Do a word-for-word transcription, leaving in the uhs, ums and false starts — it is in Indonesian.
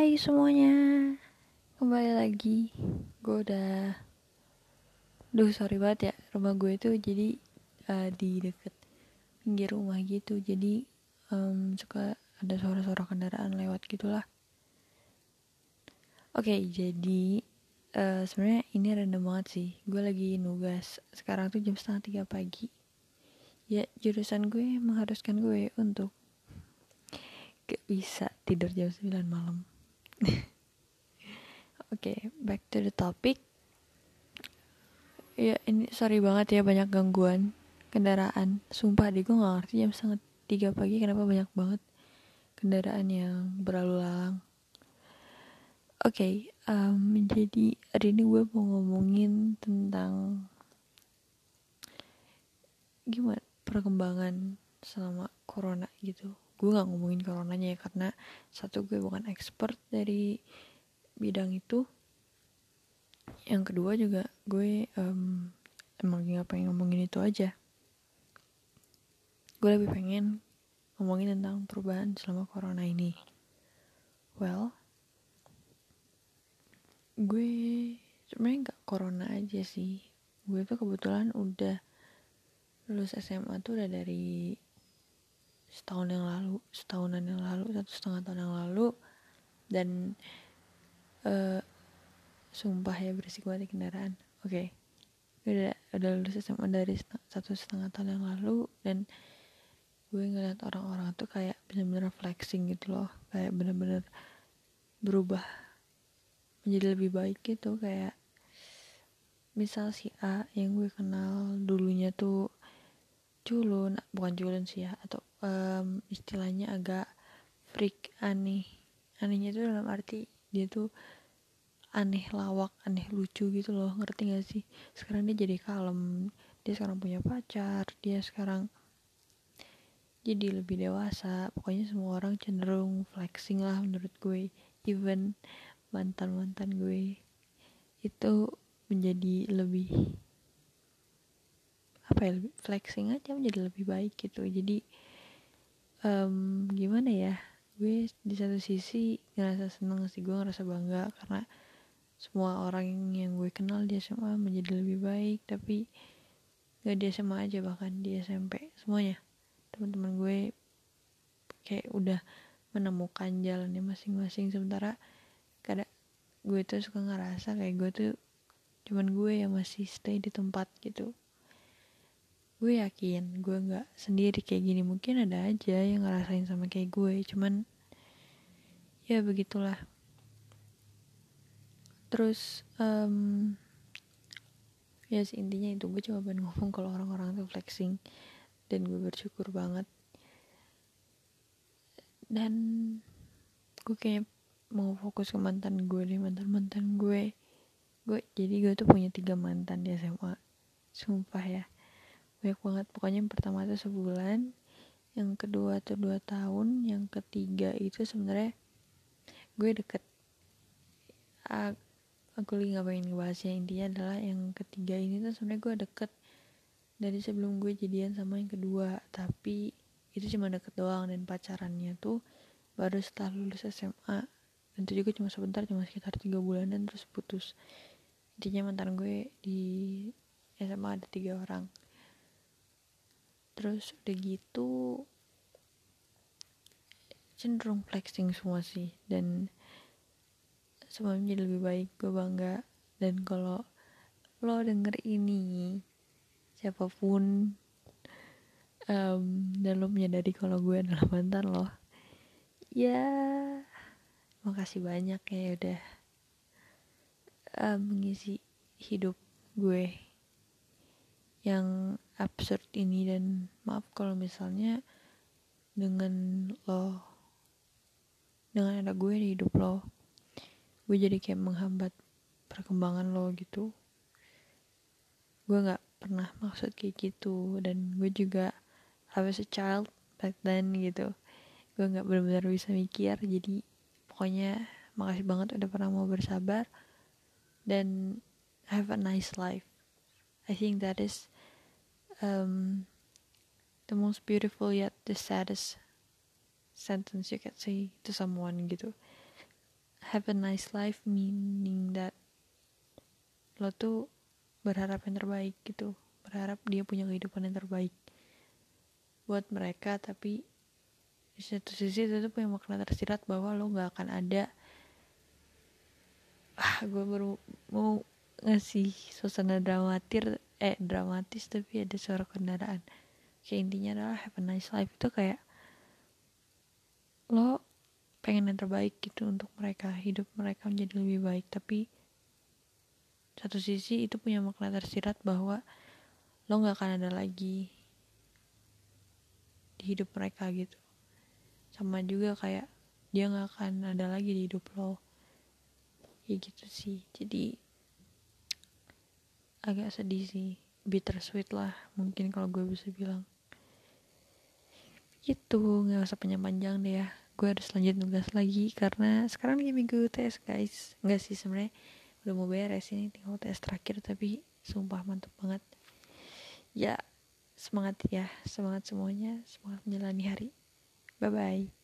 Hai semuanya, kembali lagi. Gue udah, duh sorry banget ya, rumah gue tuh jadi uh, di deket pinggir rumah gitu. Jadi um, suka ada suara-suara kendaraan lewat gitulah. Oke, okay, jadi uh, sebenarnya ini random banget sih. Gue lagi nugas. Sekarang tuh jam setengah tiga pagi. Ya jurusan gue mengharuskan gue untuk gak bisa tidur jam sembilan malam. Oke, okay, back to the topic. Ya ini sorry banget ya, banyak gangguan kendaraan. Sumpah deh, gue gak ngerti jam setengah tiga pagi kenapa banyak banget kendaraan yang berlalu lalang. Oke, okay, um, jadi hari ini gue mau ngomongin tentang gimana perkembangan selama corona gitu. Gue gak ngomongin coronanya ya, karena satu, gue bukan expert dari bidang itu. Yang kedua juga gue um, emang lagi gak pengen ngomongin itu aja. Gue lebih pengen ngomongin tentang perubahan selama corona ini. Well, gue sebenarnya gak corona aja sih. Gue tuh kebetulan udah lulus S M A tuh udah dari setahun yang lalu, setahunan yang lalu, satu setengah tahun yang lalu. Dan uh, sumpah ya berisik banget di kendaraan. Oke, okay. udah udah lulus S M A dari satu setengah tahun yang lalu. Dan gue ngeliat orang-orang tuh kayak bener-bener flexing gitu loh, kayak bener-bener berubah menjadi lebih baik gitu. Kayak misal si A yang gue kenal dulunya tuh culun, bukan culun sih ya, atau um, istilahnya agak freak, aneh. Anehnya tuh dalam arti dia tuh aneh lawak, aneh lucu gitu loh, ngerti gak sih? Sekarang dia jadi kalem, dia sekarang punya pacar, dia sekarang jadi lebih dewasa. Pokoknya semua orang cenderung flexing lah menurut gue. Even mantan-mantan gue itu menjadi lebih apa ya, lebih flexing aja, menjadi lebih baik gitu. Jadi um, gimana ya, gue di satu sisi ngerasa seneng sih, gue ngerasa bangga karena semua orang yang gue kenal di S M A menjadi lebih baik. Tapi gak di S M A aja, bahkan di S M P semuanya teman-teman gue kayak udah menemukan jalannya masing-masing. Sementara kadang gue tuh suka ngerasa kayak gue tuh cuman gue yang masih stay di tempat gitu. Gue yakin gue gak sendiri kayak gini, mungkin ada aja yang ngerasain sama kayak gue, cuman ya begitulah. Terus um, ya sih intinya itu, gue cuma pengen ngomong kalau orang-orang tuh flexing, dan gue bersyukur banget. Dan gue kayak mau fokus ke mantan gue deh, mantan-mantan gue. Gue jadi gue tuh punya tiga mantan di S M A. Sumpah ya, banyak banget. Pokoknya yang pertama tuh sebulan, yang kedua tuh dua tahun, yang ketiga itu sebenarnya gue deket. A- aku lagi gak pengen ngebahasnya, intinya adalah yang ketiga ini tuh sebenarnya gue deket dari sebelum gue jadian sama yang kedua. Tapi itu cuma deket doang, dan pacarannya tuh baru setelah lulus S M A. Dan itu juga cuma sebentar, cuma sekitar tiga bulanan terus putus. Intinya mantan gue di S M A ada tiga orang. Terus udah gitu cenderung flexing semua sih, dan semuanya jadi lebih baik. Gue bangga. Dan kalau lo denger ini, siapapun, um, dan lo menyadari kalau gue adalah mantan lo, ya makasih banyak ya udah um, mengisi hidup gue yang absurd ini. Dan maaf kalau misalnya dengan lo, dengan ada gue di hidup lo, gue jadi kayak menghambat perkembangan lo gitu. Gue gak pernah maksud kayak gitu, dan gue juga I was a child back then gitu. Gue gak benar-benar bisa mikir. Jadi pokoknya makasih banget udah pernah mau bersabar, dan have a nice life. I think that is um, the most beautiful yet the saddest sentence you can say to someone gitu. have a nice life meaning that lo tuh berharap yang terbaik gitu, berharap dia punya kehidupan yang terbaik buat mereka, tapi di satu sisi itu tuh punya makna tersirat bahwa lo nggak akan ada. Ah, gue baru mau ngasih suasana dramatir eh dramatis tapi ada suara kendaraan. Kayak intinya adalah have a nice life itu kayak lo pengen yang terbaik gitu untuk mereka, hidup mereka menjadi lebih baik, tapi satu sisi itu punya makna tersirat bahwa lo nggak akan ada lagi di hidup mereka gitu. Sama juga kayak dia nggak akan ada lagi di hidup lo, ya gitu sih. Jadi agak sedih sih, bittersweet lah mungkin kalau gue bisa bilang gitu. Nggak usah panjang-panjang deh ya, gue harus lanjut nugas lagi karena sekarang lagi minggu U T S guys. Nggak sih, sebenarnya udah mau beres ini, tinggal U T S terakhir, tapi sumpah mantep banget ya. Semangat ya, semangat semuanya, semangat menjalani hari. Bye bye.